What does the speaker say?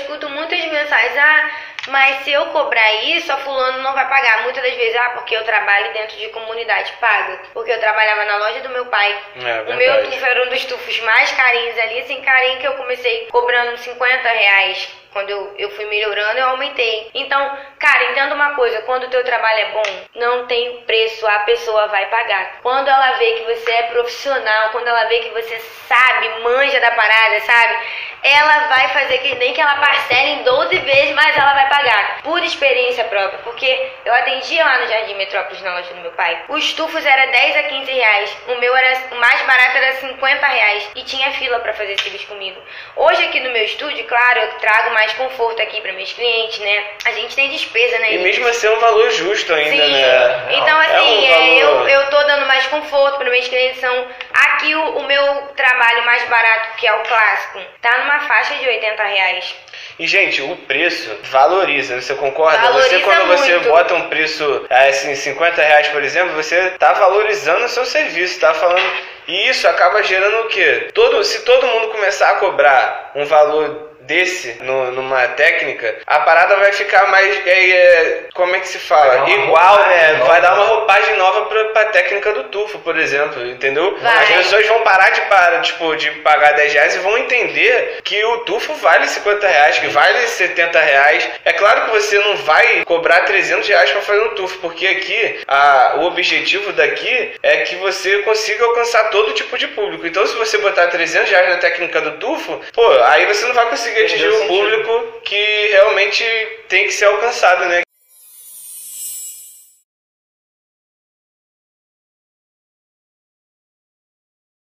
escuto muitas mensagens, mas se eu cobrar isso, a fulano não vai pagar. Muitas das vezes, porque eu trabalho dentro de comunidade paga. Porque eu trabalhava na loja do meu pai. O meu tufo era um dos tufos mais carinhos ali, assim, carinho que eu comecei cobrando R$50. Quando eu fui melhorando, eu aumentei. Então, cara, entenda uma coisa, quando o teu trabalho é bom, não tem preço, a pessoa vai pagar. Quando ela vê que você é profissional, quando ela vê que você sabe, manja da parada, sabe? Ela vai fazer que nem que ela parcele em 12 vezes, mas ela vai pagar. Por experiência própria, porque eu atendia lá no Jardim Metrópolis, na loja do meu pai. Os tufos era 10 a 15 reais. O meu o mais barato era 50 reais. E tinha fila pra fazer serviço comigo. Hoje aqui no meu estúdio, claro, eu trago mais conforto aqui para meus clientes, né? A gente tem despesa, né? E mesmo assim é um valor justo ainda, sim, né? Então, assim, valor... eu tô dando mais conforto para meus clientes. São aqui o meu trabalho mais barato, que é o clássico, tá numa faixa de 80 reais. E, gente, o preço valoriza, você concorda? Valoriza quando você muito. bota um preço, assim, 50 reais, por exemplo, você tá valorizando o seu serviço, tá falando... E isso acaba gerando o quê? Se todo mundo começar a cobrar um valor desse numa técnica, a parada vai ficar mais, como é que se fala? Igual, né? Vai dar uma roupagem nova pra técnica do tufo, por exemplo, entendeu? Vai. As pessoas vão parar de pagar 10 reais e vão entender que o tufo vale 50 reais, que vale 70 reais. É claro que você não vai cobrar 300 reais pra fazer um tufo, porque aqui, o objetivo daqui é que você consiga alcançar todo tipo de público. Então, se você botar 300 reais na técnica do tufo, aí você não vai conseguir atingir o público que realmente tem que ser alcançado, né?